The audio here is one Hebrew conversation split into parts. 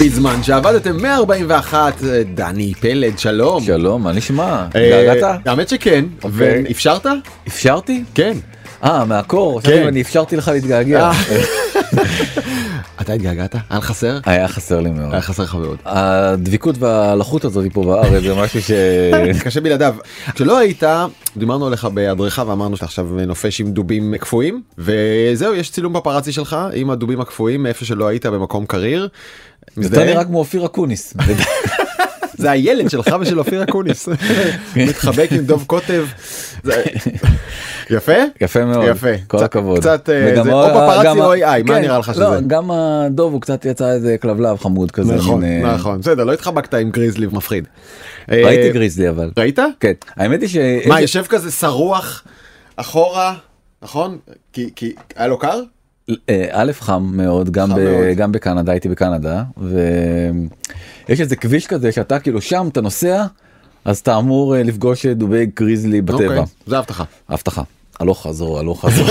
בזמן שעבדתם 141, דני פלד, שלום. שלום, מה נשמע? געגעת? האמת שכן, ואפשרת? אפשרתי? כן. מהקור, כן. אני אפשרתי לך להתגעגע. אתה התגעגעת? היה חסר? היה חסר לי מאוד. היה חסר לך מאוד. הדביקות והלחות הזאת פה בארץ זה משהו קשה בלעדיו. כשלא היית, דיברנו עליך בהדרכה ואמרנו שאתה עכשיו נופש עם דובים קפואים, וזהו, יש צילום פפרצי שלך עם הדובים הקפואים מאיפה שלא היית במקום קריר. זה נראה כמו אופיר אקוניס. זה הילד שלך ושל אופיר אקוניס. מתחבק עם דוב קוטב. יפה? יפה מאוד. יפה. כל הכבוד. קצת, או פפרצי או AI, מה נראה לך שזה? לא, גם הדוב הוא קצת יצא איזה כלבלב חמוד כזה. נכון, נכון. בסדר, לא התחבקת עם גריזלי מפחיד. ראיתי גריזלי אבל. ראית? כן. האמת היא ש... מה, יושב כזה שרוח אחורה, נכון? כי היה לו קר? א' חם מאוד, גם בקנדה, הייתי בקנדה, ויש איזה כביש כזה שאתה כאילו שם, אתה נוסע, אז אתה אמור לפגוש דובי גריזלי בטבע. אוקיי, זה הבטחה. הבטחה. הלוך חזור, הלוך חזור.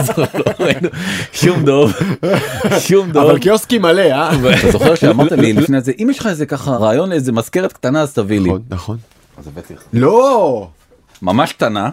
שום דוב. שום דוב. אבל קיוסקי מלא, אתה זוכר שאמרת לי לפני זה, אם יש לך איזה ככה רעיון לאיזה מזכרת קטנה, אז תביא לי. נכון, נכון. אז הבאתי לך. לא! ממש קטנה.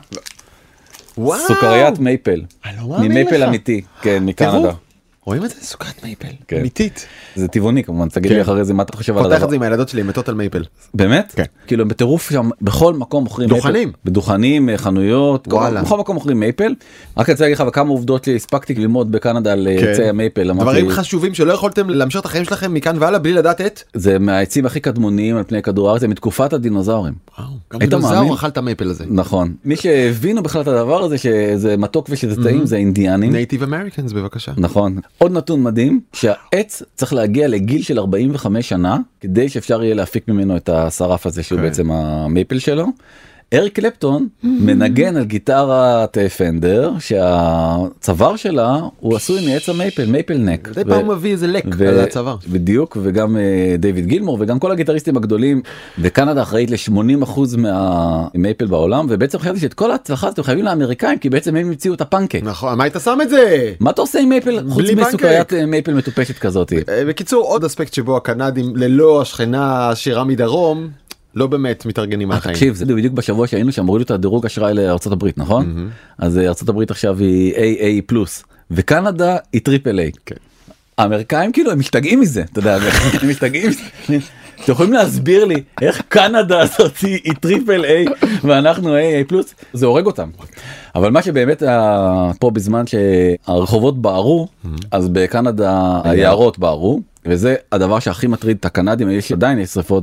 וואו! סוכריית מייפל. אני לא מאמין לך. ממייפל אמיתי, כן, מקנדה. רואים את זה? סוכרת מייפל. כן. אמיתית. זה טבעוני כמובן, תגיד לי אחרי זה מה אתה חושב על פותח הדבר. את זה עם הילדות שלי, מתות על מייפל. באמת? כן. כאילו הם בטירוף שם, בכל מקום מוכרים מייפל. דוכנים. בדוכנים, חנויות, וואלה. בכל מקום מוכרים מייפל. רק רוצה להגיד לך כמה עובדות שהספקתי ללמוד בקנדה על עצי המייפל. דברים חשובים שלא יכולתם להמשיך את החיים שלכם מכאן והלאה בלי לדעת את? זה מהעצים הכי קדמוניים על פני כדור הארץ, זה מתקופת הדינוזאורים. וואו, גם היית מאמין? דינוזאור אכל את המייפל הזה. נכון. מי שהבינו בכלל את הדבר הזה שזה מתוק ושזה טעים זה אינדיאנים. נייטיב אמריקאנס בבקשה. נכון. עוד נתון מדהים, שהעץ צריך להגיע לגיל של 45 שנה, כדי שאפשר יהיה להפיק ממנו את השרף הזה שהוא בעצם המייפל שלו. אריק קלפטון מנגן על גיטרת פנדר, שהצוואר שלה הוא עשוי מעץ המייפל, מייפל נק. זה פעם מביא איזה לק על הצוואר. בדיוק, וגם דיוויד גילמור, וגם כל הגיטריסטים הגדולים, וקנדה אחראית ל-80% מהמייפל בעולם, ובעצם חייבתי שאת כל ההצלחה הזאת חייבים לאמריקאים, כי בעצם הם המציאו את הפנקק. נכון, מה היית שם את זה? מה אתה עושה עם מייפל, חוץ מסוכריית מייפל מטופשת כזאת? בקיצור, עוד אספקט שבו הקנדים ללא השכנה העשירה מדרום, לא באמת מתארגנים מהחיים. תקשיב, זה בדיוק בשבוע שהיינו שם, הורידו את הדירוג אשראי לארצות הברית, נכון? אז ארצות הברית עכשיו היא AA+, וקנדה היא AAA. כן. האמריקאים כאילו הם משתגעים מזה, אתה יודע, הם משתגעים מזה. אתם יכולים להסביר לי איך קנדה הזאת היא AAA ואנחנו AA+, זה הורג אותם. אבל מה שבאמת פה בזמן שהרחובות בערו, אז בקנדה היערות בערו, וזה הדבר שהכי מטריד את הקנדים, יש עדיין שריפות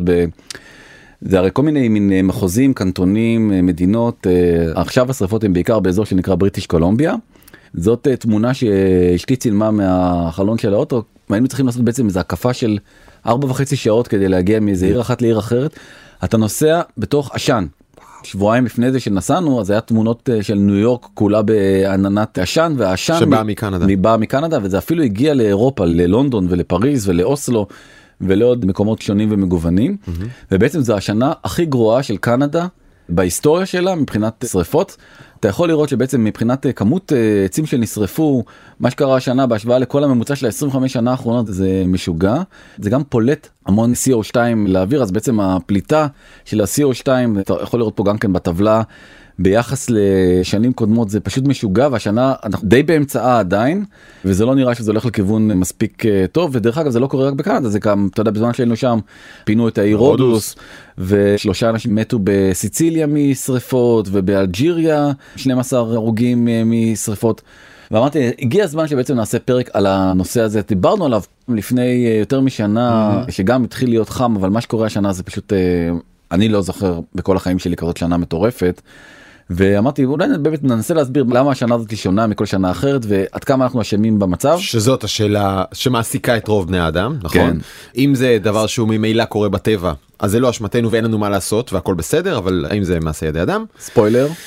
זה הרי כל מיני מין מחוזים, קנטונים, מדינות, עכשיו השריפות הן בעיקר באזור שנקרא בריטיש קולומביה. זאת תמונה שאשתי צילמה מהחלון של האוטו, והיינו צריכים לעשות בעצם איזו הקפה של 4.5 שעות כדי להגיע מאיזה עיר אחת לעיר אחרת. אתה נוסע בתוך עשן. שבועיים לפני זה שנסענו, אז היה תמונות של ניו יורק כולה בעננת עשן, והעשן בא מקנדה, וזה אפילו הגיע לאירופה, ללונדון ולפריז ולאוסלו, ולעוד מקומות שונים ומגוונים, ובעצם זו השנה הכי גרועה של קנדה בהיסטוריה שלה מבחינת שריפות. אתה יכול לראות שבעצם מבחינת כמות עצים שנשרפו, מה שקרה השנה בהשוואה לכל הממוצע של ה-25 שנה האחרונות, זה משוגע. זה גם פולט המון CO2 לאוויר, אז בעצם הפליטה של ה-CO2, אתה יכול לראות פה גם כן בטבלה, ביחס לשנים קודמות זה פשוט משוגע, והשנה אנחנו די באמצעה עדיין, וזה לא נראה שזה הולך לכיוון מספיק טוב, ודרך אגב זה לא קורה רק בקנדה, זה גם, אתה יודע, בזמן שהיינו שם, פינו את העיר רודוס, ו3 אנשים מתו בסיציליה משריפות, ובאלג'יריה 12 הרוגים משריפות, ואמרתי, הגיע הזמן שבעצם נעשה פרק על הנושא הזה, דיברנו עליו לפני יותר משנה, שגם התחיל להיות חם, אבל מה שקורה השנה זה פשוט, אני לא זוכר בכל החיים שלי כזאת שנה מטורפת, ואמרתי, אולי באמת ננסה להסביר למה השנה הזאת היא שונה מכל שנה אחרת, ועד כמה אנחנו אשמים במצב. שזאת השאלה שמעסיקה את רוב בני האדם, נכון? כן. אם זה דבר שהוא ממילא קורה בטבע, אז זה לא אשמתנו ואין לנו מה לעשות, והכל בסדר, אבל האם זה מעשה ידי אדם? ספוילר.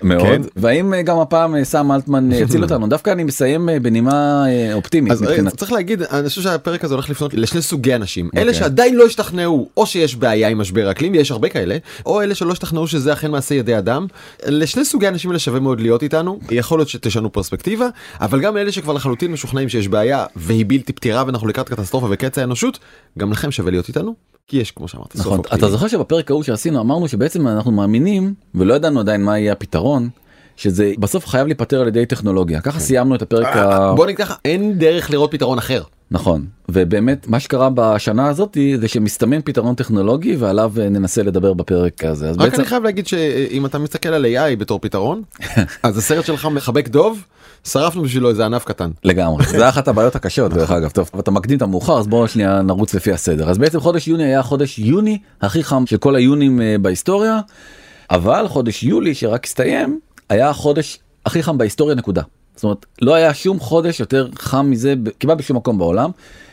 מאוד. כן. והאם גם הפעם סם אלטמן יציל אותנו? דווקא אני מסיים בנימה אופטימית. אז צריך להגיד, אני חושב שהפרק הזה הולך לפנות לשני סוגי אנשים. אלה שעדיין לא השתכנעו, או שיש בעיה עם משבר האקלים, ויש הרבה כאלה, או אלה שלא השתכנעו שזה אכן מעשה ידי אדם. לשני סוגי אנשים האלה שווה מאוד להיות איתנו. יכול להיות שתשנו פרספקטיבה, אבל גם אלה שכבר לחלוטין משוכנעים שיש בעיה והיא בלתי פתירה ואנחנו לקראת קטסטרופה וקץ האנושות, גם לכם שווה להיות איתנו, כי יש, כמו שאמרת, נכון. אתה זוכר שבפרק ההוא שעשינו אמרנו שבעצם אנחנו מאמינים ולא ידענו עדיין מה יהיה הפתרון, שזה בסוף חייב להיפטר על ידי טכנולוגיה. ככה סיימנו את הפרק בוא נגיד ככה, אין דרך לראות פתרון אחר. נכון, ובאמת מה שקרה בשנה הזאת זה שמסתמן פתרון טכנולוגי ועליו ננסה לדבר בפרק הזה. אז רק בעצם... אני חייב להגיד שאם אתה מסתכל על AI בתור פתרון, אז הסרט שלך מחבק דוב, שרפנו בשבילו איזה ענף קטן. לגמרי, זה אחת הבעיות הקשות דרך אגב. טוב, אתה מקדים את המאוחר, אז בואו שנייה נרוץ לפי הסדר. אז בעצם חודש יוני היה חודש יוני הכי חם של כל היונים בהיסטוריה, אבל חודש יולי שרק הסתיים היה החודש הכי חם בהיסטוריה נקודה. זאת אומרת, לא היה שום חודש יותר חם מזה כמעט בשום מקום בעולם.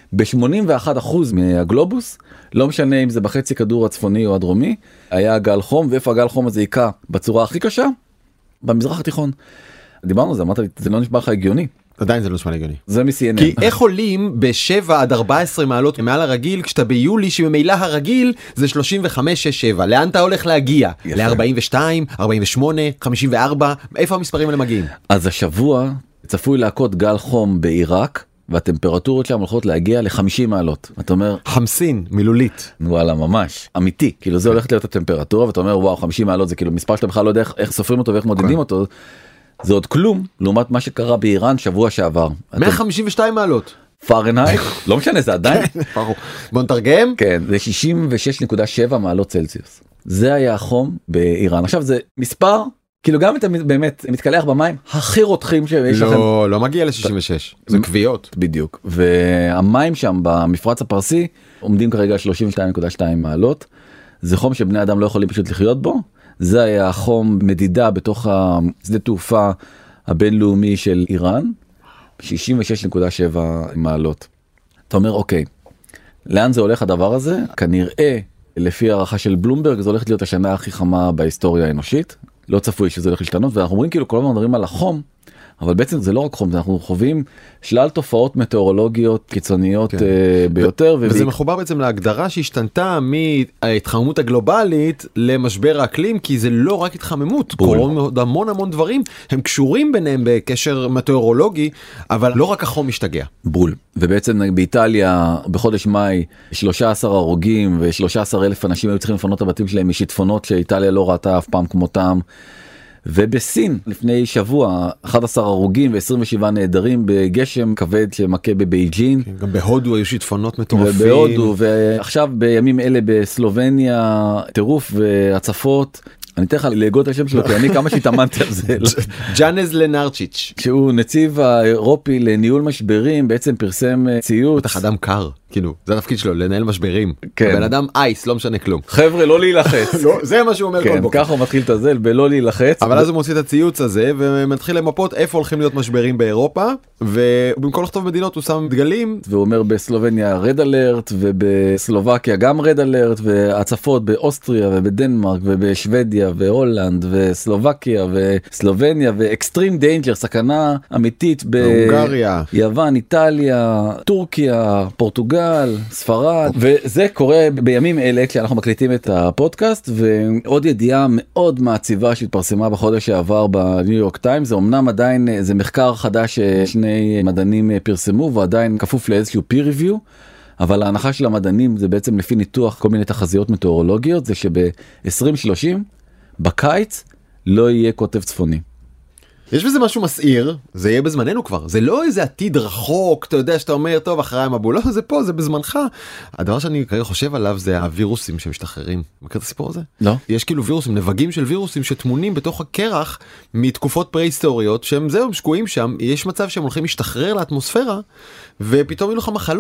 ב-81% מהגלובוס, לא משנה אם זה בחצי כדור הצפוני או הדרומי, היה גל חום, ואיפה הגל חום הזה היכה בצורה הכי קשה? במזרח התיכון. דיברנו על זה, אמרת לי, זה לא נשמע לך הגיוני. עדיין זה לא נשמע הגיוני. זה מ-CNN. כי איך עולים ב-7 עד 14 מעלות מעל הרגיל, כשאתה ביולי שממילא הרגיל זה 35-6-7. לאן אתה הולך להגיע? ל-42, 48, 54? איפה המספרים האלה מגיעים? אז השבוע צפוי להכות גל חום בעיראק, והטמפרטורות שם הולכות להגיע ל-50 מעלות. אתה אומר... 50 מילולית. וואלה, ממש. אמיתי. כאילו זה הולכת להיות הטמפרטורה, ואתה אומר, וואו, 50 מעלות זה כאילו מספר שאתה בכלל לא יודע איך סופרים אותו ואיך מודדים אותו. זה עוד כלום לעומת מה שקרה באיראן שבוע שעבר. 152 מעלות. פארנהייט, לא משנה, זה עדיין. בוא נתרגם. כן, זה 66.7 מעלות צלזיוס. זה היה החום באיראן. עכשיו זה מספר, כאילו גם אתה באמת מתקלח במים הכי רותחים שיש לכם. לא, לא מגיע ל-66, זה קביעות. בדיוק, והמים שם במפרץ הפרסי עומדים כרגע 32.2 מעלות. זה חום שבני אדם לא יכולים פשוט לחיות בו. זה היה החום מדידה בתוך השדה תעופה הבינלאומי של איראן, 66.7 מעלות. אתה אומר, אוקיי, לאן זה הולך הדבר הזה? כנראה, לפי הערכה של בלומברג, זה הולך להיות השנה הכי חמה בהיסטוריה האנושית. לא צפוי שזה הולך להשתנות, ואנחנו אומרים כאילו כל הזמן מדברים על החום, אבל בעצם זה לא רק חום, אנחנו חווים שלל תופעות מטאורולוגיות קיצוניות ביותר. וזה מחובר בעצם להגדרה שהשתנתה מההתחממות הגלובלית למשבר האקלים, כי זה לא רק התחממות, קורים עוד המון דברים, הם קשורים ביניהם בקשר מטאורולוגי, אבל לא רק החום משתגע. בול. ובעצם באיטליה בחודש מאי 13 הרוגים ו13,000 אנשים היו צריכים לפנות את הבתים שלהם משיטפונות שאיטליה לא ראתה אף פעם כמותם. ובסין לפני שבוע 11 הרוגים ו27 נעדרים בגשם כבד שמכה בבייג'ין. גם בהודו היו שיטפונות מטורפים. ובהודו, ועכשיו בימים אלה בסלובניה טירוף והצפות. אני אתן לך להגות את השם שלו, כי אני כמה שהתאמנתי על זה. ג'אנז לנרצ'יץ'. שהוא נציב האירופי לניהול משברים, בעצם פרסם ציוץ. בטח אדם קר, כאילו, זה התפקיד שלו, לנהל משברים. כן. בן אדם אייס, לא משנה כלום. חבר'ה, לא להילחץ. זה מה שהוא אומר כל בוקר. ככה הוא מתחיל את זה, בלא להילחץ. אבל אז הוא מוציא את הציוץ הזה, ומתחיל למפות איפה הולכים להיות משברים באירופה, ובמקום לכתוב מדינות הוא שם דגלים. והוא אומר בסלובניה רד אלרט, ובסלובקיה גם רד אלרט, והצפות באוסטריה ובדנמרק ובשוודיה והולנד וסלובקיה וסלובניה ואקסטרים דיינג'ר, סכנה אמיתית בהונגריה, יוון, איטליה, טורקיה, פורטוגל, ספרד, וזה קורה בימים אלה כשאנחנו מקליטים את הפודקאסט. ועוד ידיעה מאוד מעציבה שהתפרסמה בחודש שעבר בניו יורק טיימס, זה אמנם עדיין זה מחקר חדש ששני מדענים פרסמו ועדיין כפוף לאיזשהו peer review, אבל ההנחה של המדענים זה בעצם לפי ניתוח כל מיני תחזיות מטאורולוגיות, זה שב-2030 בקיץ לא יהיה קוטב צפוני. יש בזה משהו מסעיר, זה יהיה בזמננו כבר, זה לא איזה עתיד רחוק, אתה יודע שאתה אומר, טוב, אחרי המבול, לא, זה פה, זה בזמנך. הדבר שאני כרגע חושב עליו זה הווירוסים שמשתחררים. מכיר את הסיפור הזה? לא. יש כאילו וירוסים, נבגים של וירוסים שתמונים בתוך הקרח מתקופות פרה-היסטוריות, שהם זהו, שקועים שם, יש מצב שהם הולכים להשתחרר לאטמוספירה, ופתאום יהיו לך מחלות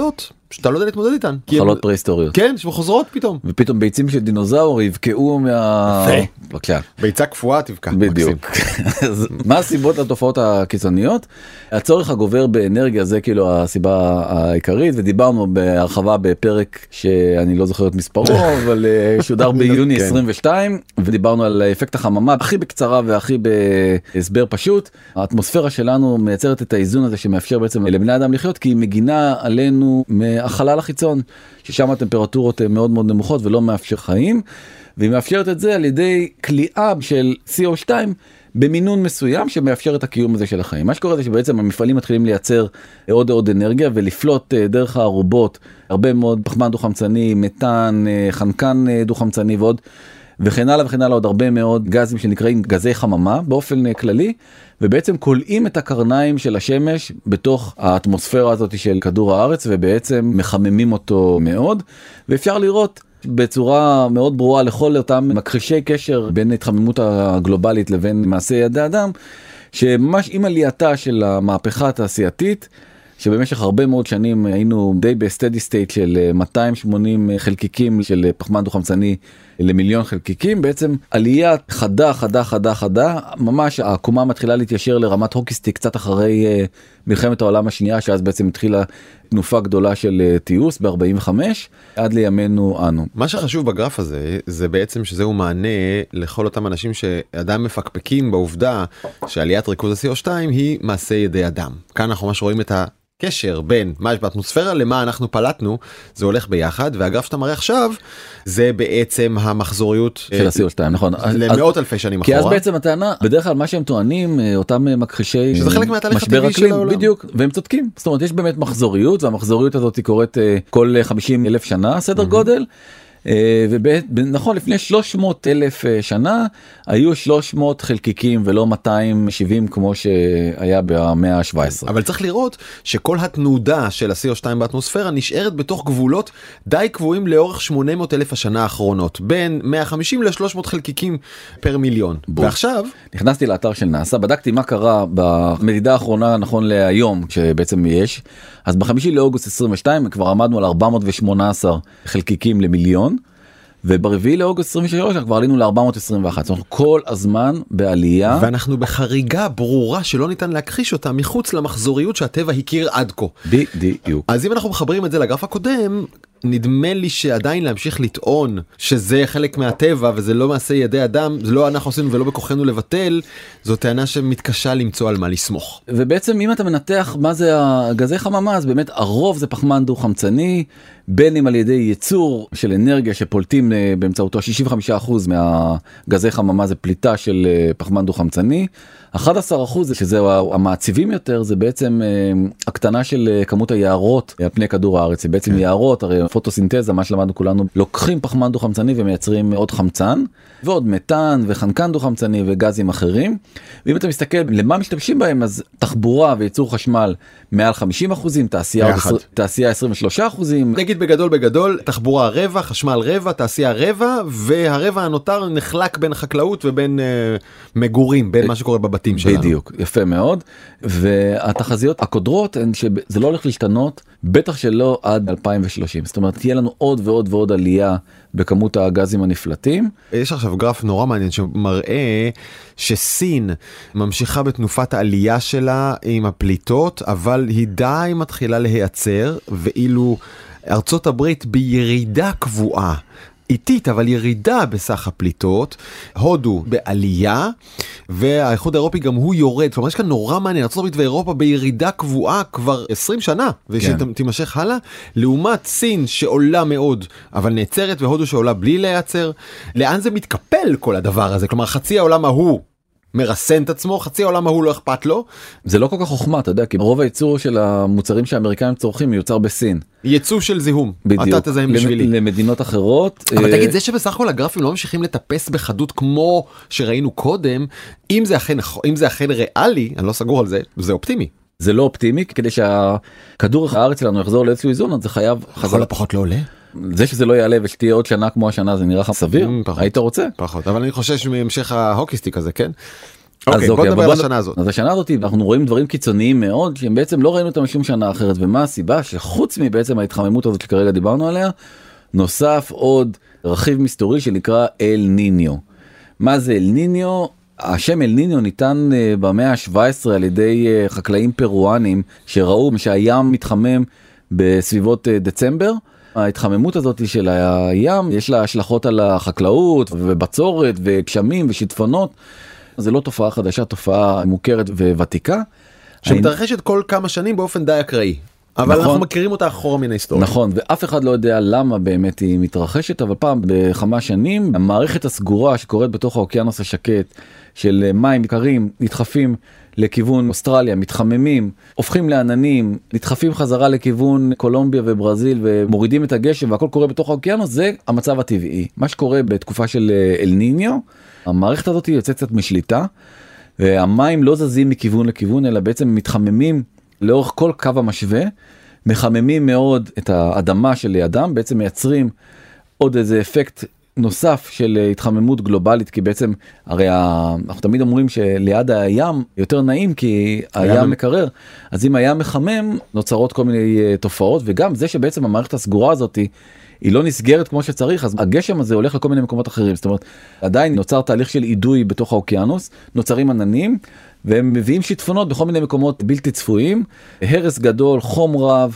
שאתה לא יודע להתמודד איתן. חלות פרה-היסטוריות. כן, שחוזרות פתאום. ופתאום ביצים של דינוזאור יבקעו בבקשה. ביצה קפואה תבקע. בדיוק. מה הסיבות לתופעות הקיצוניות? הצורך הגובר באנרגיה, זה כאילו הסיבה העיקרית, ודיברנו בהרחבה בפרק שאני לא זוכר את מספרו, אבל שודר ביוני 22, ודיברנו על אפקט החממה, הכי בקצרה והכי בהסבר פשוט. האטמוספירה שלנו מייצרת את האיזון הזה שמאפשר בעצם לבני אדם לחיות, כי היא מגינה עלינו מהחלל החיצון, ששם הטמפרטורות מאוד מאוד נמוכות ולא מאפשר חיים, והיא מאפשרת את זה על ידי כליאה של CO2 במינון מסוים שמאפשר את הקיום הזה של החיים. מה שקורה זה שבעצם המפעלים מתחילים לייצר עוד אנרגיה ולפלוט דרך הארובות הרבה מאוד פחמן דו-חמצני, מתאן, חנקן דו-חמצני ועוד, וכן הלאה וכן הלאה, עוד הרבה מאוד גזים שנקראים גזי חממה באופן כללי, ובעצם קולעים את הקרניים של השמש בתוך האטמוספירה הזאת של כדור הארץ, ובעצם מחממים אותו מאוד, ואפשר לראות בצורה מאוד ברורה לכל אותם מכחישי קשר בין התחממות הגלובלית לבין מעשה ידי אדם, שממש עם עלייתה של המהפכה התעשייתית, שבמשך הרבה מאוד שנים היינו די בסטדי סטייט של 280 חלקיקים של פחמן דו-חמצני למיליון חלקיקים, בעצם עלייה חדה, ממש העקומה מתחילה להתיישר לרמת הוקיסטיק קצת אחרי מלחמת העולם השנייה, שאז בעצם התחילה תנופה גדולה של טיוס ב-45 עד לימינו אנו. מה שחשוב בגרף הזה, זה בעצם שזהו מענה לכל אותם אנשים שעדיין מפקפקים בעובדה שעליית ריכוז ה-CO2 היא מעשה ידי אדם. כאן אנחנו ממש רואים את קשר בין מה יש באטמוספירה למה אנחנו פלטנו, זה הולך ביחד, והגרף שאתה מראה עכשיו, זה בעצם המחזוריות של ה-CO2, נכון. למאות אלפי שנים אחורה. כי אז בעצם הטענה, בדרך כלל מה שהם טוענים, אותם מכחישי שזה חלק מהתהליך הטבעי של העולם. בדיוק, והם צודקים. זאת אומרת, יש באמת מחזוריות, והמחזוריות הזאת היא קורית כל 50,000 שנה, סדר גודל, ונכון, לפני 300,000 שנה היו 300 חלקיקים ולא 270 כמו שהיה במאה ה-17. אבל צריך לראות שכל התנודה של ה-CO2 באטמוספירה נשארת בתוך גבולות די קבועים לאורך 800,000 השנה האחרונות, בין 150 ל-300 חלקיקים פר מיליון. ועכשיו נכנסתי לאתר של נאסא, בדקתי מה קרה במדידה האחרונה נכון להיום שבעצם יש, אז ב5 לאוגוסט 22 כבר עמדנו על 418 חלקיקים למיליון, וברביעי לאוגוסט 23 כבר עלינו ל-421, זאת אומרת כל הזמן בעלייה. ואנחנו בחריגה ברורה שלא ניתן להכחיש אותה מחוץ למחזוריות שהטבע הכיר עד כה. בדיוק. אז אם אנחנו מחברים את זה לגרף הקודם, נדמה לי שעדיין להמשיך לטעון שזה חלק מהטבע וזה לא מעשה ידי אדם, זה לא אנחנו עשינו ולא בכוחנו לבטל, זו טענה שמתקשה למצוא על מה לסמוך. ובעצם אם אתה מנתח מה זה הגזי חממה, אז באמת הרוב זה פחמן דו-חמצני, בין אם על ידי ייצור של אנרגיה שפולטים באמצעותו 65% מהגזי חממה זה פליטה של פחמן דו-חמצני, 11% שזה המעציבים יותר, זה בעצם הקטנה של כמות היערות על פני כדור הארץ, זה בעצם יערות, הרי פוטוסינתזה, מה שלמדנו כולנו, לוקחים פחמן דו-חמצני ומייצרים עוד חמצן, ועוד מתאן וחנקן דו-חמצני וגזים אחרים, ואם אתה מסתכל למה משתמשים בהם, אז תחבורה וייצור חשמל מעל 50%, תעשייה 23%. נגיד בגדול, תחבורה רבע, חשמל רבע, תעשייה רבע, והרבע הנותר נחלק בין חקלאות ובין מגורים, בין מה שקורה בבתים שלנו. בדיוק, יפה מאוד. והתחזיות הקודרות הן שזה לא הולך להשתנות, בטח שלא עד 2030. זאת אומרת, תהיה לנו עוד ועוד ועוד עלייה בכמות הגזים הנפלטים. יש עכשיו גרף נורא מעניין שמראה שסין ממשיכה בתנופת העלייה שלה עם הפליטות, אבל היא די מתחילה להיעצר, ואילו ארצות הברית בירידה קבועה, איטית אבל ירידה בסך הפליטות, הודו בעלייה, והאיחוד האירופי גם הוא יורד, כלומר יש כאן נורא מעניין, ארצות הברית ואירופה בירידה קבועה כבר 20 שנה, ושתימשך הלאה, לעומת סין שעולה מאוד, אבל נעצרת, והודו שעולה בלי להיעצר. לאן זה מתקפל כל הדבר הזה? כלומר חצי העולם ההוא מרסן את עצמו, חצי העולם ההוא לא אכפת לו. זה לא כל כך חוכמה, אתה יודע, כי רוב הייצור של המוצרים שהאמריקאים צורכים מיוצר בסין. ייצוא של זיהום. בדיוק. אתה תזהם בשבילי. למדינות אחרות. אבל תגיד, זה שבסך הכל הגרפים לא ממשיכים לטפס בחדות כמו שראינו קודם, אם זה אכן ריאלי, אני לא סגור על זה, זה אופטימי. זה לא אופטימי, כדי שהכדור הארץ שלנו יחזור לאיזשהו איזון, אז זה חייב לכל הפחות לא עולה. זה שזה לא יעלה ושתהיה עוד שנה כמו השנה, זה נראה לך סביר? היית רוצה? פחות, אבל אני חושב שמהמשך ההוקיסטיק הזה, כן? אוקיי, בוא נדבר על השנה הזאת. אז השנה הזאת אנחנו רואים דברים קיצוניים מאוד שהם בעצם לא ראינו אותם משום שנה אחרת, ומה הסיבה? שחוץ מבעצם ההתחממות הזאת שכרגע דיברנו עליה, נוסף עוד רכיב מסתורי שנקרא אל ניניו. מה זה אל ניניו? השם אל ניניו ניתן במאה ה-17 על ידי חקלאים פרואנים שראו שהים מתחמם בסביבות דצמבר. ההתחממות הזאת של הים יש לה השלכות על החקלאות ובצורת וגשמים ושיטפונות. זה לא תופעה חדשה, תופעה מוכרת וותיקה. שמתרחשת כל כמה שנים באופן די אקראי. אבל נכון, אנחנו מכירים אותה אחורה מן ההיסטוריה. נכון, ואף אחד לא יודע למה באמת היא מתרחשת, אבל פעם בכמה שנים, המערכת הסגורה שקורית בתוך האוקיינוס השקט, של מים קרים, נדחפים לכיוון אוסטרליה, מתחממים, הופכים לעננים, נדחפים חזרה לכיוון קולומביה וברזיל, ומורידים את הגשם, והכל קורה בתוך האוקיינוס, זה המצב הטבעי. מה שקורה בתקופה של אל ניניו, המערכת הזאת יוצאת קצת משליטה, והמים לא זזים מכיוון לכיוון, אלא בעצם מתחממים לאורך כל קו המשווה, מחממים מאוד את האדמה שלידם, בעצם מייצרים עוד איזה אפקט נוסף של התחממות גלובלית, כי בעצם הרי אנחנו תמיד אומרים שליד הים יותר נעים כי הים מקרר, אז אם הים מחמם נוצרות כל מיני תופעות, וגם זה שבעצם המערכת הסגורה הזאת היא לא נסגרת כמו שצריך, אז הגשם הזה הולך לכל מיני מקומות אחרים, זאת אומרת עדיין נוצר תהליך של עידוי בתוך האוקיינוס, נוצרים עננים, והם מביאים שיטפונות בכל מיני מקומות בלתי צפויים, הרס גדול, חום רב,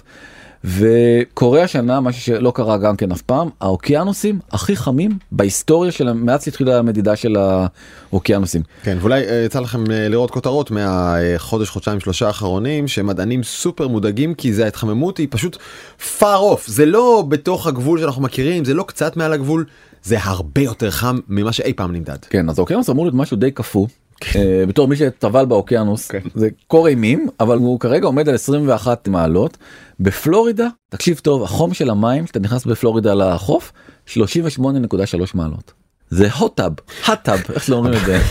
וקורה השנה, משהו שלא קרה גם כן אף פעם, האוקיינוסים הכי חמים בהיסטוריה של מאז התחילה המדידה של האוקיינוסים. כן, ואולי יצא לכם לראות כותרות מהחודש, חודשיים, 3 האחרונים, שמדענים סופר מודאגים, כי זה ההתחממות היא פשוט far off, זה לא בתוך הגבול שאנחנו מכירים, זה לא קצת מעל הגבול, זה הרבה יותר חם ממה שאי פעם נמדד. כן, אז האוקיינוס אמור להיות משהו די קפוא. בתור מי שטבל באוקיינוס, זה קור אימים, אבל הוא כרגע עומד על 21 מעלות. בפלורידה, תקשיב טוב, החום של המים, שאתה נכנס בפלורידה לחוף, 38.3 מעלות. זה הוטאב, איך שלא אומרים את זה?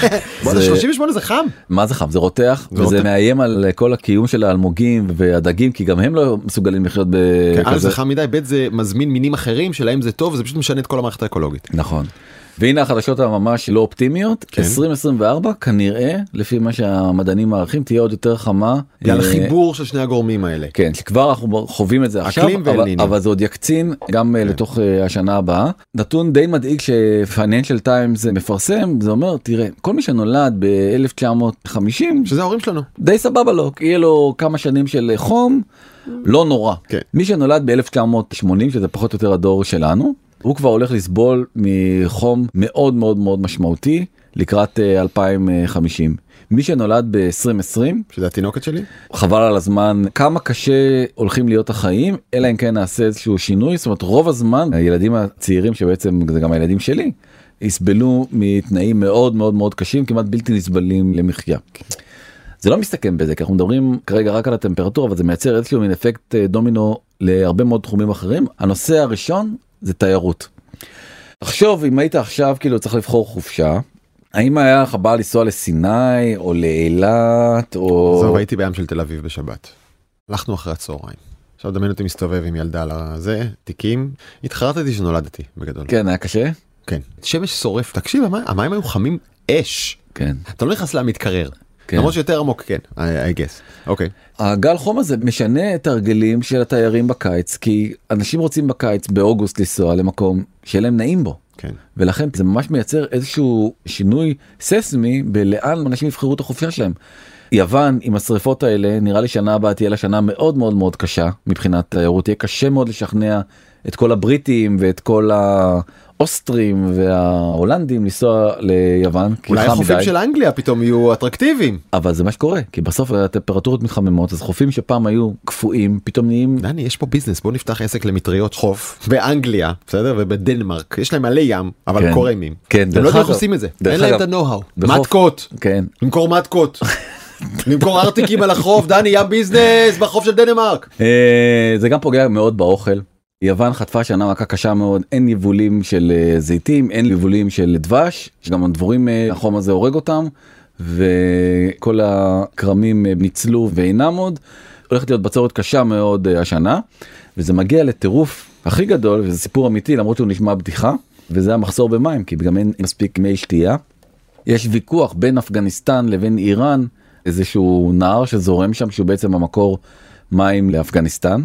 38 זה חם. מה זה חם? זה רותח, וזה מאיים על כל הקיום של האלמוגים והדגים, כי גם הם לא מסוגלים לחיות בכזה. זה חם מדי, ב' זה מזמין מינים אחרים, שלהם זה טוב, זה פשוט משנה את כל המערכת האקולוגית. נכון. והנה החדשות הממש לא אופטימיות, 2024 כנראה, לפי מה שהמדענים מערכים, תהיה עוד יותר חמה. בגלל החיבור של שני הגורמים האלה. כן, שכבר אנחנו חווים את זה עכשיו, אבל זה עוד יקצין גם לתוך השנה הבאה. נתון די מדאיג שפייננשל טיימס מפרסם, זה אומר, תראה, כל מי שנולד ב-1950, שזה ההורים שלנו. די סבבה לו, יהיה לו כמה שנים של חום, לא נורא. מי שנולד ב-1980, שזה פחות או יותר הדור שלנו, הוא כבר הולך לסבול מחום מאוד מאוד מאוד משמעותי לקראת 2050. מי שנולד ב-2020, שזה התינוקת שלי, חבל על הזמן, כמה קשה הולכים להיות החיים, אלא אם כן נעשה איזשהו שינוי, זאת אומרת רוב הזמן הילדים הצעירים שבעצם זה גם הילדים שלי, יסבלו מתנאים מאוד מאוד מאוד קשים, כמעט בלתי נסבלים למחיה. זה לא מסתכם בזה, כי אנחנו מדברים כרגע רק על הטמפרטורה, אבל זה מייצר איזשהו מין אפקט דומינו להרבה מאוד תחומים אחרים. הנושא הראשון זה תיירות. תחשוב, אם היית עכשיו כאילו צריך לבחור חופשה, האם היה לך בא לנסוע לסיני או לאילת או... זהו, הייתי בים של תל אביב בשבת. הלכנו אחרי הצהריים. עכשיו דמיין אותי מסתובב עם ילדה על זה, תיקים. התחרטתי שנולדתי בגדול. כן, היה קשה? כן. שמש שורף. תקשיב, המים היו חמים אש. כן. אתה לא נכנס למתקרר. למרות שיותר עמוק, כן, I guess. אוקיי. הגל חום הזה משנה את הרגלים של התיירים בקיץ, כי אנשים רוצים בקיץ באוגוסט לנסוע למקום שיהיה להם נעים בו. כן. ולכן זה ממש מייצר איזשהו שינוי ססמי בלאן אנשים יבחרו את החופשה שלהם. יוון עם השריפות האלה, נראה לי שנה הבאה תהיה לה שנה מאוד מאוד מאוד קשה מבחינת תיירות, תהיה קשה מאוד לשכנע את כל הבריטים ואת כל האוסטרים וההולנדים לנסוע ליוון. אולי החופים של אנגליה פתאום יהיו אטרקטיביים. אבל זה מה שקורה, כי בסוף הטמפרטורות מתחממות, אז חופים שפעם היו קפואים, פתאום נהיים... דני, יש פה ביזנס, בוא נפתח עסק למטריות חוף באנגליה, בסדר? ובדנמרק, יש להם מלא ים, אבל קור אימים. כן, הם לא יודעים איך עושים את זה, אין להם את ה-know-how. מתקות, למכור מתקות. למכור ארטיקים על החוף, דני, ים ביזנס בחוף של דנמרק. זה גם פוגע מאוד באוכל. יוון חטפה שנה מכה קשה מאוד, אין יבולים של זיתים, אין יבולים של דבש, שגם הדבורים, החום הזה הורג אותם, וכל הקרמים ניצלו ואינם עוד. הולכת להיות בצורת קשה מאוד השנה, וזה מגיע לטירוף הכי גדול, וזה סיפור אמיתי, למרות שהוא נשמע בדיחה, וזה המחסור במים, כי גם אין מספיק מי שתייה. יש ויכוח בין אפגניסטן לבין איראן, איזשהו נהר שזורם שם, שהוא בעצם המקור מים לאפגניסטן,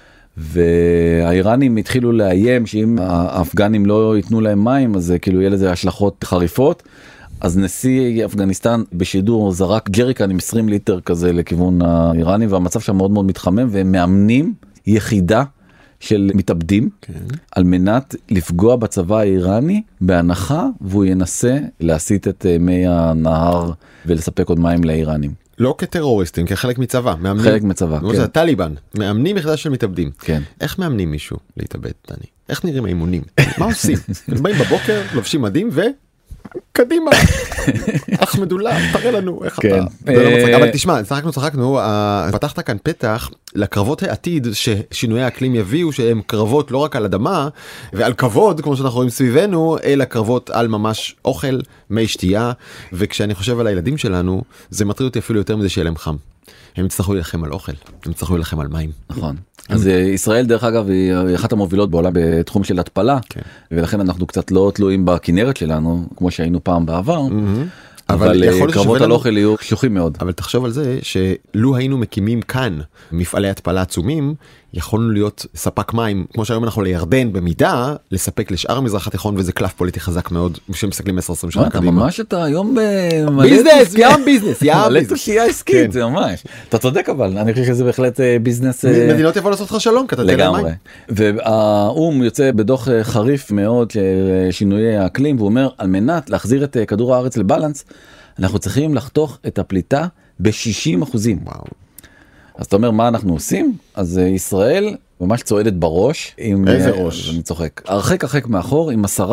והאיראנים התחילו לאיים שאם האפגנים לא ייתנו להם מים, אז כאילו יהיה לזה השלכות חריפות. אז נשיא אפגניסטן בשידור זרק ג'ריקן עם 20 ליטר כזה לכיוון האיראני, והמצב שם מאוד מאוד מתחמם, והם מאמנים יחידה של מתאבדים, על מנת לפגוע בצבא האיראני בהנחה, והוא ינסה להסיט את מי הנהר ולספק עוד מים לאיראנים. לא כטרוריסטים, כחלק מצבא, מאמנים. חלק מצבא, כן. זה טליבן, מאמנים יחידה של מתאבדים. כן. איך מאמנים מישהו להתאבד, דני? איך נראים האימונים? מה עושים? באים בבוקר, לובשים מדים קדימה, אחמדולlah, תראה לנו איך אתה. אבל תשמע, צחקנו, פתחת כאן פתח לקרבות העתיד ששינויי האקלים יביאו, שהם קרבות לא רק על אדמה ועל כבוד, כמו שאנחנו רואים סביבנו, אלא קרבות על ממש אוכל, מי שתייה, וכשאני חושב על הילדים שלנו, זה מטריד אותי אפילו יותר מזה שיהיה להם חם. הם יצטרכו להילחם על אוכל, הם יצטרכו להילחם על מים. נכון. אז ישראל דרך אגב היא אחת המובילות בעולם בתחום של התפלה, ולכן אנחנו קצת לא תלויים בכנרת שלנו, כמו שהיינו פעם בעבר, אבל קרבות על אוכל יהיו קשוחים מאוד. אבל תחשוב על זה שלו היינו מקימים כאן מפעלי התפלה עצומים, יכולנו להיות ספק מים, כמו שהיום אנחנו לירדן במידה, לספק לשאר המזרח התיכון, וזה קלף פוליטי חזק מאוד, שמסתכלים 10-20 שנה קדימה. ממש אתה היום ביזנס, ים ביזנס, מלא תושייה עסקית, זה ממש. אתה צודק אבל, אני חושב שזה בהחלט ביזנס. מדינות יבוא לעשות לך שלום, כי אתה תן להם מים. והאום יוצא בדוח חריף מאוד של שינויי האקלים, והוא אומר, על מנת להחזיר את כדור הארץ לבלנס, אנחנו צריכים לחתוך את הפליטה ב-60%. וואו. אז אתה אומר, מה אנחנו עושים? אז ישראל ממש צועדת בראש. איזה ראש? אני צוחק. הרחק מאחור עם 10%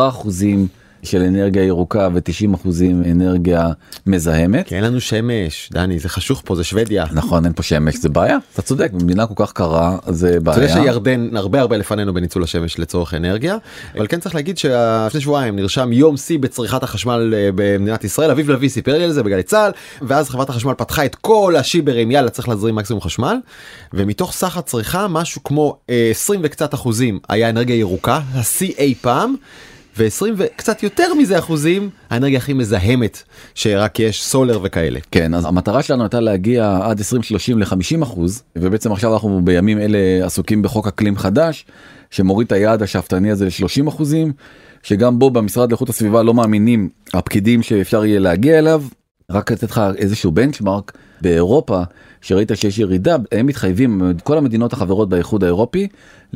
של אנרגיה ירוקה ו90% אנרגיה מזהמת. כי אין לנו שמש, דני, זה חשוך פה, זה שוודיה. נכון, אין פה שמש, זה בעיה. אתה צודק, במדינה כל כך קרה, זה בעיה. אתה יודע שירדן הרבה לפנינו בניצול השמש לצורך אנרגיה, אבל כן צריך להגיד שלפני שבועיים נרשם יום שיא בצריכת החשמל במדינת ישראל, אביב לביא סיפר לי על זה בגלי צה"ל, ואז חברת החשמל פתחה את כל השיברים, יאללה, צריך להזרים מקסימום חשמל, ומתוך סך הצריכה, משהו כמו 20 וקצת אחוזים היה אנרגיה ירוקה, השיא אי פעם, ו20 וקצת יותר מזה אחוזים, האנרגיה הכי מזהמת, שרק יש סולר וכאלה. כן, אז המטרה שלנו הייתה להגיע עד 2030 ל-50%, ובעצם עכשיו אנחנו בימים אלה עסוקים בחוק אקלים חדש, שמוריד את היעד השאפתני הזה ל-30%, שגם בו במשרד לאיכות הסביבה לא מאמינים הפקידים שאפשר יהיה להגיע אליו. רק לתת לך איזשהו בנצ'מרק באירופה, שראית שיש ירידה, הם מתחייבים, כל המדינות החברות באיחוד האירופי,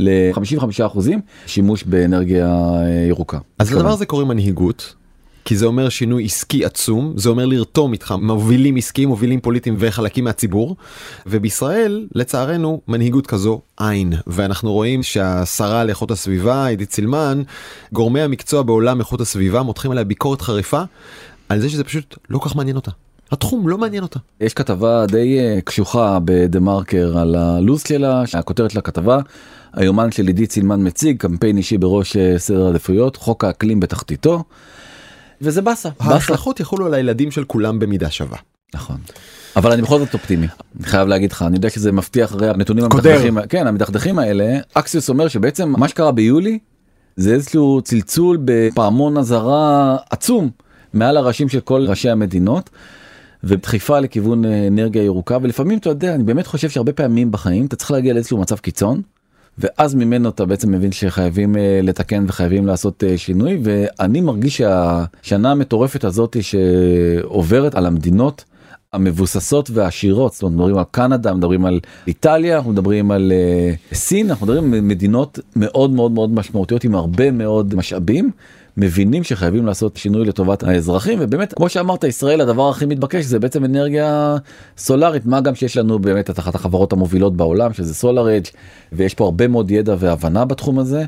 ל-55% שימוש באנרגיה ירוקה. אז לדבר הזה קוראים מנהיגות, כי זה אומר שינוי עסקי עצום, זה אומר לרתום איתך מובילים עסקיים, מובילים פוליטיים וחלקים מהציבור, ובישראל, לצערנו, מנהיגות כזו אין, ואנחנו רואים שהשרה לאיכות הסביבה, עידית סילמן, גורמי המקצוע בעולם איכות הסביבה, מותחים עליה ביקורת חריפה, על זה שזה פשוט לא כך מעניין אותה. התחום לא מעניין אותה. יש כתבה די קשוחה בדה מרקר על הלוז שלה, הכותרת של הכתבה, היומן של עידית סילמן מציג, קמפיין אישי בראש סדר העדיפויות, חוק האקלים בתחתיתו, וזה בסה. ההשלכות יחולו על הילדים של כולם במידה שווה. נכון. אבל אני בכל זאת אופטימי. אני חייב להגיד לך, אני יודע שזה מבטיח הרי הנתונים המדכדכים, כן, המדכדכים האלה, אקסיוס אומר שבעצם מה שקרה ביולי, זה איזשהו צלצול בפעמון הזרה עצום, מעל הראשים של כל ראשי המדינות, ודחיפה לכיוון אנרגיה ירוקה, ולפעמים אתה יודע, אני באמת חושב שהרבה פעמים בחיים, אתה צריך להגיע לאיזשהו מצב קיצון, ואז ממנו אתה בעצם מבין שחייבים לתקן וחייבים לעשות שינוי, ואני מרגיש שהשנה המטורפת הזאת שעוברת על המדינות המבוססות והעשירות, זאת אומרת, מדברים על קנדה, מדברים על איטליה, אנחנו מדברים על סין, אנחנו מדברים על מדינות מאוד מאוד מאוד משמעותיות עם הרבה מאוד משאבים, מבינים שחייבים לעשות שינוי לטובת האזרחים, ובאמת, כמו שאמרת, ישראל, הדבר הכי מתבקש זה בעצם אנרגיה סולארית, מה גם שיש לנו באמת את אחת החברות המובילות בעולם, שזה SolarEdge, ויש פה הרבה מאוד ידע והבנה בתחום הזה,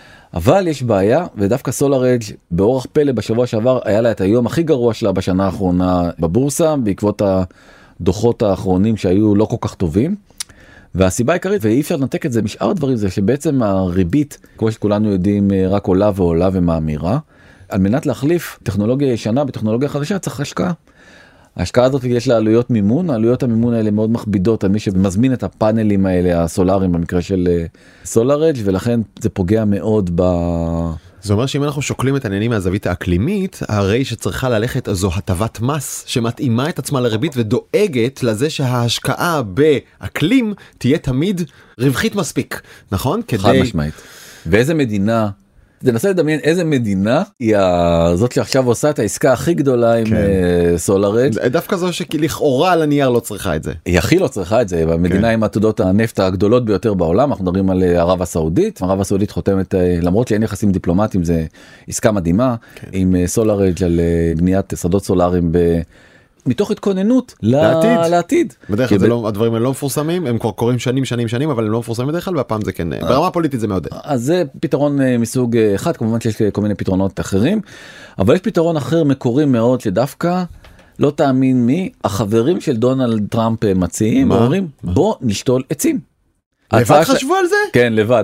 אבל יש בעיה, ודווקא SolarEdge באורח פלא בשבוע שעבר, היה לה את היום הכי גרוע שלה בשנה האחרונה בבורסה, בעקבות הדוחות האחרונים שהיו לא כל כך טובים, והסיבה העיקרית, ואי אפשר לנתק את זה משאר הדברים, זה שבעצם הריבית, כמו שכולנו יודעים, רק עולה ועולה ומאמירה. על מנת להחליף טכנולוגיה ישנה בטכנולוגיה חדשה, צריך השקעה. ההשקעה הזאת יש לה עלויות מימון, העלויות המימון האלה מאוד מכבידות על מי שמזמין את הפאנלים האלה, הסולאריים במקרה של SolarEdge, ולכן זה פוגע מאוד זה אומר שאם אנחנו שוקלים את העניינים מהזווית האקלימית, הרי שצריכה ללכת זו הטבת מס שמתאימה את עצמה לריבית ודואגת לזה שההשקעה באקלים תהיה תמיד רווחית מספיק, נכון? חד משמעית. ואיזה מדינה, תנסה לדמיין איזה מדינה היא זאת שעכשיו עושה את העסקה הכי גדולה עם סולארג'. דווקא זו שלכאורה על הנייר לא צריכה את זה. היא הכי לא צריכה את זה, במדינה עם עתודות הנפט הגדולות ביותר בעולם, אנחנו מדברים על ערב הסעודית. ערב הסעודית חותמת, למרות שאין יחסים דיפלומטיים, זה עסקה מדהימה, עם סולארג' על בניית שדות סולאריים מתוך התכוננות לעתיד. בדרך כלל הדברים האלה לא מפורסמים, הם כבר קוראים שנים, אבל הם לא מפורסמים בדרך כלל, והפעם זה כן, ברמה הפוליטית זה מאוד. אז זה פתרון מסוג אחד, כמובן שיש כל מיני פתרונות אחרים, אבל יש פתרון אחר מקורי מאוד, שדווקא לא תאמין מי, החברים של דונלד טראמפ מציעים, אומרים בוא נשתול עצים. לבד חשבו על זה? כן, לבד.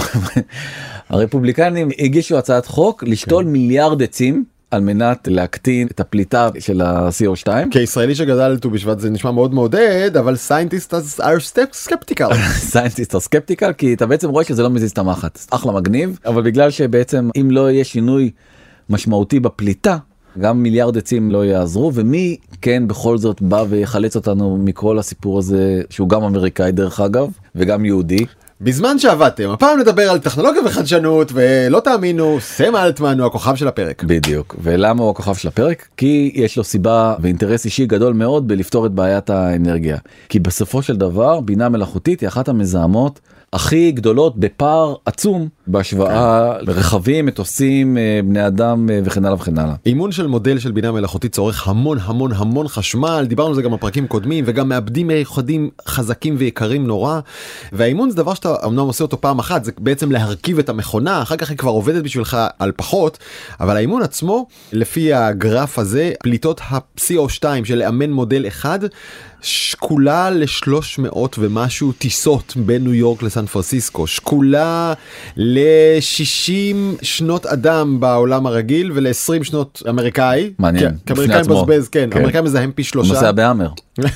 הרפובליקנים הגישו הצעת חוק לשתול מיליארד עצים, על מנת להקטין את הפליטה של ה-CO2. כישראלי שגדל ט"ו בשבט זה נשמע מאוד מעודד, אבל scientists are skeptical. scientists are skeptical, כי אתה בעצם רואה שזה לא מזיז את המחט. אחלה מגניב, אבל בגלל שבעצם אם לא יהיה שינוי משמעותי בפליטה, גם מיליארד עצים לא יעזרו, ומי כן בכל זאת בא ויחלץ אותנו מכל הסיפור הזה, שהוא גם אמריקאי דרך אגב, וגם יהודי. בזמן שעבדתם, הפעם נדבר על טכנולוגיה וחדשנות, ולא תאמינו, סם אלטמן הוא הכוכב של הפרק. בדיוק. ולמה הוא הכוכב של הפרק? כי יש לו סיבה ואינטרס אישי גדול מאוד בלפתור את בעיית האנרגיה. כי בסופו של דבר, בינה מלאכותית היא אחת המזהמות הכי גדולות בפער עצום בהשוואה לרכבים, מטוסים, בני אדם וכן הלאה וכן הלאה. אימון של מודל של בינה מלאכותית צורך המון חשמל, דיברנו על זה גם בפרקים קודמים, וגם מעבדים מיוחדים חזקים ויקרים נורא, והאימון זה דבר שאתה אמנם עושה אותו פעם אחת, זה בעצם להרכיב את המכונה, אחר כך היא כבר עובדת בשבילך על פחות, אבל האימון עצמו, לפי הגרף הזה, פליטות ה-CO2 של לאמן מודל אחד, שקולה ל-300 ומשהו טיסות בין ניו יורק לסן פרנסיסקו, שקולה ל-60 שנות אדם בעולם הרגיל ול-20 שנות אמריקאי. מעניין. כאמריקאי מבזבז, כן, אמריקאי מזהם פי 3. נוסע באמר.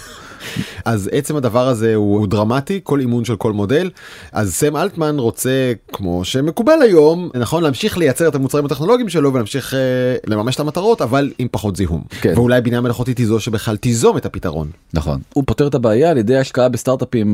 אז עצם הדבר הזה הוא דרמטי, כל אימון של כל מודל. אז סם אלטמן רוצה, כמו שמקובל היום, נכון, להמשיך לייצר את המוצרים הטכנולוגיים שלו ולהמשיך לממש את המטרות, אבל עם פחות זיהום. כן. ואולי בינה מלאכותית היא זו שבכלל תיזום את הפתרון. נכון. הוא פותר את הבעיה על ידי השקעה בסטארט-אפים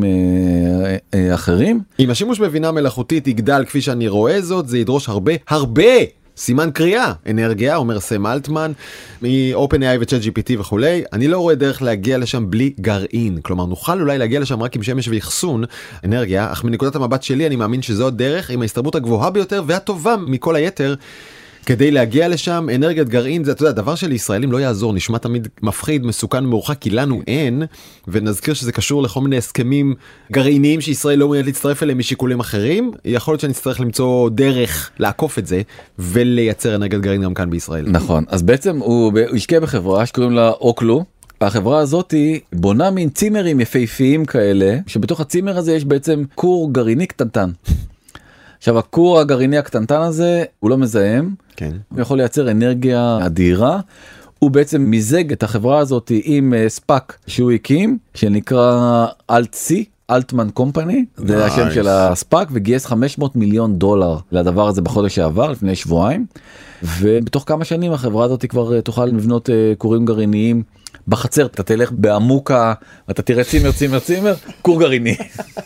אחרים. אם השימוש בבינה מלאכותית יגדל כפי שאני רואה זאת, זה ידרוש הרבה סימן קריאה, אנרגיה, אומר סם אלטמן, מ-OpenAI ו-ChatGPT וכולי. אני לא רואה דרך להגיע לשם בלי גרעין. כלומר, נוכל אולי להגיע לשם רק עם שמש ואחסון אנרגיה, אך מנקודת המבט שלי אני מאמין שזו הדרך עם ההסתברות הגבוהה ביותר והטובה מכל היתר, כדי להגיע לשם. אנרגיית גרעין זה, אתה יודע, דבר שלישראלים לא יעזור, נשמע תמיד מפחיד, מסוכן ומרוחק, כי לנו אין, ונזכיר שזה קשור לכל מיני הסכמים גרעיניים שישראל לא מעוניינת להצטרף אליהם משיקולים אחרים. יכול להיות שנצטרך למצוא דרך לעקוף את זה ולייצר אנרגיית גרעין גם כאן בישראל. נכון, אז בעצם הוא השקיע בחברה שקוראים לה אוקלו. החברה הזאת בונה מין צימרים יפהפיים כאלה, שבתוך הצימר הזה יש בעצם כור גרעיני קטנטן. עכשיו, הכור הגרעיני הקטנטן הזה הוא לא מזהם, כן. הוא יכול לייצר אנרגיה אדירה. הוא בעצם מיזג את החברה הזאת עם ספאק שהוא הקים, שנקרא אלט-סי, אלטמן קומפני, זה השם של הספאק, וגייס $500 מיליון לדבר הזה בחודש שעבר, לפני שבועיים, ובתוך כמה שנים החברה הזאת כבר תוכל לבנות כורים גרעיניים בחצר. אתה תלך בעמוקה, אתה תראה צימר, כור גרעיני.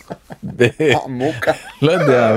עמוקה. לא יודע.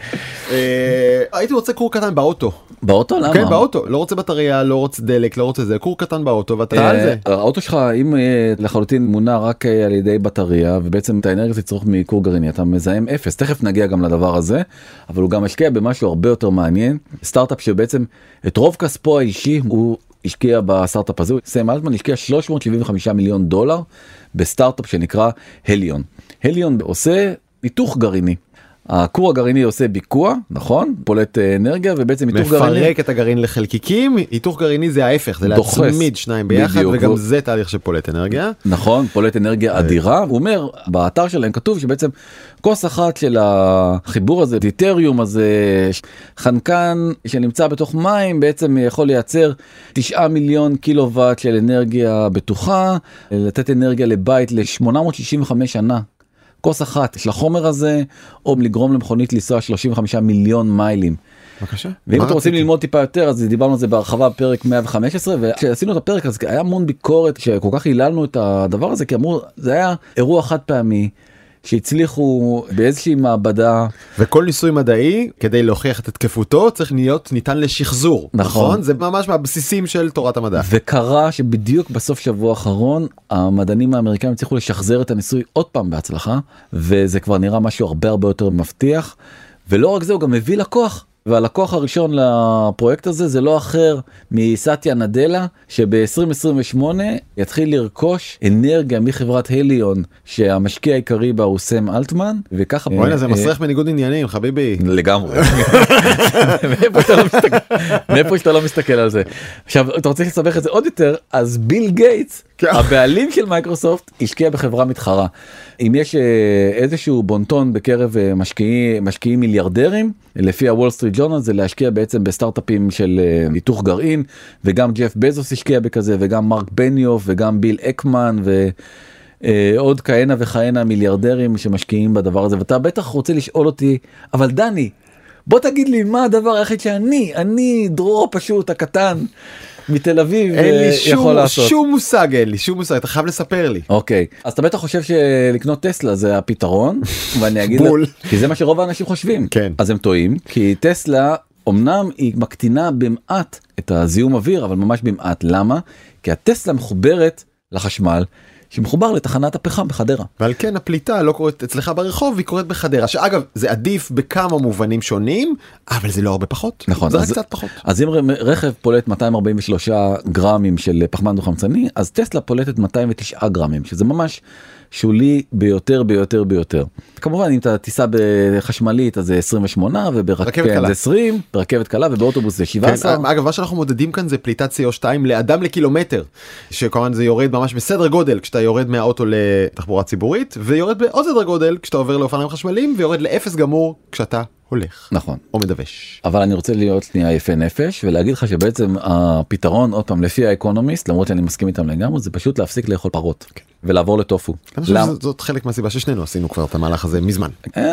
הייתי רוצה כור קטן באוטו. באוטו? למה? כן, באוטו. לא רוצה בטריה, לא רוצה דלק, לא רוצה זה. כור קטן באוטו, ואתה על זה. האוטו שלך, אם לחלוטין מונע רק על ידי בטריה, ובעצם את האנרגיה זה צורך מכור גרעיני, אתה מזהם אפס. תכף נגיע גם לדבר הזה, אבל הוא גם משקיע במשהו הרבה יותר מעניין. סטארט-אפ שבעצם את רוב כספו האישי הוא השקיע בסטארט-אפ הזה. סם אלטמן השקיע $375 מיליון בסטארט-אפ שנקרא הליון. הליון עושה היתוך גרעיני. הכור הגרעיני עושה ביקוע, נכון? פולט אנרגיה, ובעצם היתוך גרעיני... מפרק את הגרעין לחלקיקים, היתוך גרעיני זה ההפך, זה להצמיד שניים ביחד, וגם זה תהליך שפולט אנרגיה. נכון, פולט אנרגיה אדירה. הוא אומר, באתר שלהם כתוב שבעצם כוס אחת של החיבור הזה, דיטריום הזה, חנקן שנמצא בתוך מים, בעצם יכול לייצר 9 מיליון קילוואט של אנרגיה בטוחה, לתת אנרגיה לבית ל-865 שנה. כוס אחת של החומר הזה, או לגרום למכונית לנסוע 35 מיליון מיילים. בבקשה. ואם אתם רוצים ללמוד טיפה יותר, אז דיברנו על זה בהרחבה בפרק 115, וכשעשינו את הפרק אז היה המון ביקורת שכל כך היללנו את הדבר הזה, כי אמרו, זה היה אירוע חד פעמי, שהצליחו באיזושהי מעבדה. וכל ניסוי מדעי, כדי להוכיח את התקפותו, צריך להיות ניתן לשחזור. נכון? זה ממש מהבסיסים של תורת המדע. וקרה שבדיוק בסוף שבוע האחרון, המדענים האמריקאים הצליחו לשחזר את הניסוי עוד פעם בהצלחה, וזה כבר נראה משהו הרבה הרבה יותר מבטיח. ולא רק זה, הוא גם מביא לקוח. והלקוח הראשון לפרויקט הזה זה לא אחר מסטיה נדלה, שב-2028 יתחיל לרכוש אנרגיה מחברת הליון, שהמשקיע העיקרי בה הוא סם אלטמן, וככה... בואי, זה מסריח בניגוד עניינים, חביבי. לגמרי. מאיפה שאתה לא מסתכל על זה. עכשיו, אתה רוצה לסבך את זה עוד יותר, אז ביל גייטס, הבעלים של מייקרוסופט, השקיע בחברה מתחרה. אם יש איזשהו בונטון בקרב משקיעים מיליארדרים, לפי הוול סטריט ג'ורנל, זה להשקיע בעצם בסטארט-אפים של היתוך גרעין, וגם ג'ף בזוס השקיע בכזה, וגם מרק בניוף, וגם ביל אקמן, ועוד כהנה וכהנה מיליארדרים שמשקיעים בדבר הזה. ואתה בטח רוצה לשאול אותי, אבל דני, בוא תגיד לי מה הדבר היחיד אני דרור הפשוט, הקטן, מתל אביב, יכול לעשות. אין לי שום מושג, אתה חייב לספר לי. אוקיי, אז אתה בטח חושב שלקנות טסלה זה הפתרון, ואני אגיד לך, כי זה מה שרוב האנשים חושבים. כן. אז הם טועים, כי טסלה, אמנם היא מקטינה במעט את הזיהום אוויר, אבל ממש במעט. למה? כי הטסלה מחוברת לחשמל, שמחובר לתחנת הפחם בחדרה. ועל כן הפליטה לא קורית אצלך ברחוב, היא קורית בחדרה. שאגב, זה עדיף בכמה מובנים שונים, אבל זה לא הרבה פחות. נכון. זה רק קצת פחות. אז אם רכב פולט 243 גרמים של פחמן דו-חמצני, אז טסלה פולטת 209 גרמים, שזה ממש שולי ביותר. כמובן, אם אתה טיסה בחשמלית, אז זה 28, וברכבת זה 20, ברכבת קלה, ובאוטובוס זה 17. כן, אגב, מה שאנחנו מודדים כאן זה פליטת CO2 לאדם לקילומטר, שכמובן זה יורד ממש בסדר גודל, כשאתה יורד מהאוטו לתחבורה ציבורית, ויורד בעוד סדר גודל, כשאתה עובר לאופניים חשמליים, ויורד לאפס גמור, כשאתה הולך. נכון. או מדווש. אבל אני רוצה להיות שנייה יפה נפש, ולהגיד לך שבעצם הפתרון, עוד פעם, לפי האקונומיסט, למרות שאני מסכים איתם לגמרי, זה פשוט להפסיק לאכול פרות. ולעבור לטופו. אני חושב שזאת חלק מהסיבה ששנינו עשינו כבר את המהלך הזה מזמן.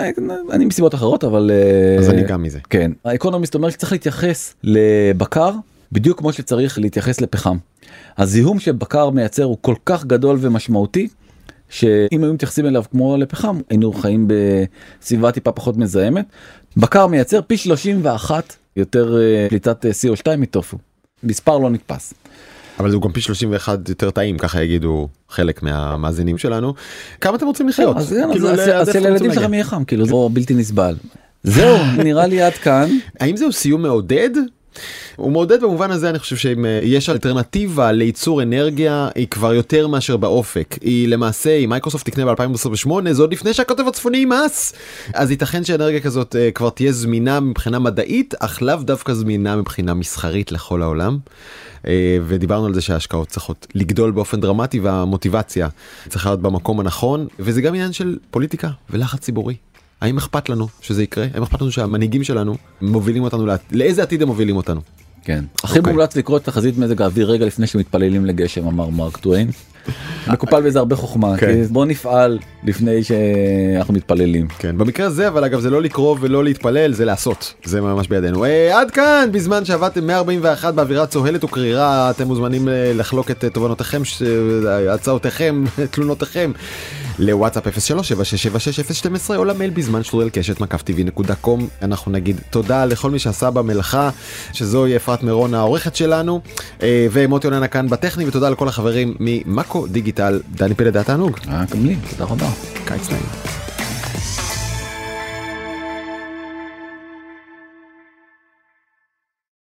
אני מסיבות אחרות, אבל... אז אני גם מזה. כן. האקונומיסט אומר שצריך להתייחס לבקר, בדיוק כמו שצריך להתייחס לפחם. הזיהום שבקר מייצר הוא כל כך גדול ומשמעותי, שאם היו מתייחסים אליו כמו לפחם, היינו חיים בסביבה טיפה פחות מזהמת. בקר מייצר פי 31 יותר פליטת CO2 מטופו. מספר לא נתפס. אבל זה גם פי 31 יותר טעים, ככה יגידו חלק מהמאזינים שלנו. כמה אתם רוצים לחיות? אז לילדים שלכם יהיה חם, כאילו זה בלתי נסבל. זהו, נראה לי עד כאן. האם זהו סיום מעודד? הוא מעודד במובן הזה, אני חושב שאם יש אלטרנטיבה לייצור אנרגיה, היא כבר יותר מאשר באופק. היא למעשה, אם מייקרוסופט תקנה ב-2028, זה עוד לפני שהכותב הצפוני ימאס. אז ייתכן שאנרגיה כזאת כבר תהיה זמינה מבחינה מדעית, אך לאו דווקא זמינה מבחינה מסחרית לכל העולם. ודיברנו על זה שההשקעות צריכות לגדול באופן דרמטי, והמוטיבציה צריכה להיות במקום הנכון, וזה גם עניין של פוליטיקה ולחץ ציבורי. האם אכפת לנו שזה יקרה? האם אכפת לנו שהמנהיגים שלנו מובילים אותנו, לאיזה עתיד הם מובילים אותנו? כן. הכי מומלץ לקרוא את תחזית מזג האוויר רגע לפני שמתפללים לגשם, אמר מרק טוויין. מקופל בזה הרבה חוכמה, כי בוא נפעל לפני שאנחנו מתפללים. כן, במקרה הזה, אבל אגב זה לא לקרוא ולא להתפלל, זה לעשות. זה ממש בידינו. עד כאן, בזמן שעבדתם 141 באווירה צוהלת וקרירה, אתם מוזמנים לחלוק את תובנותיכם, הצעותיכם, תלונותיכם, לוואטסאפ 03-7676012 או למייל בזמן @tv.com. אנחנו נגיד תודה לכל מי שעשה במלאכה, שזוהי אפרת מירון העורכת שלנו, ומוטי אוננה כאן בטכני, ותודה לכל החברים ממאקו דיגיטל. דני פלד, תענוג. גם לי, תודה רבה. קיץ נעים.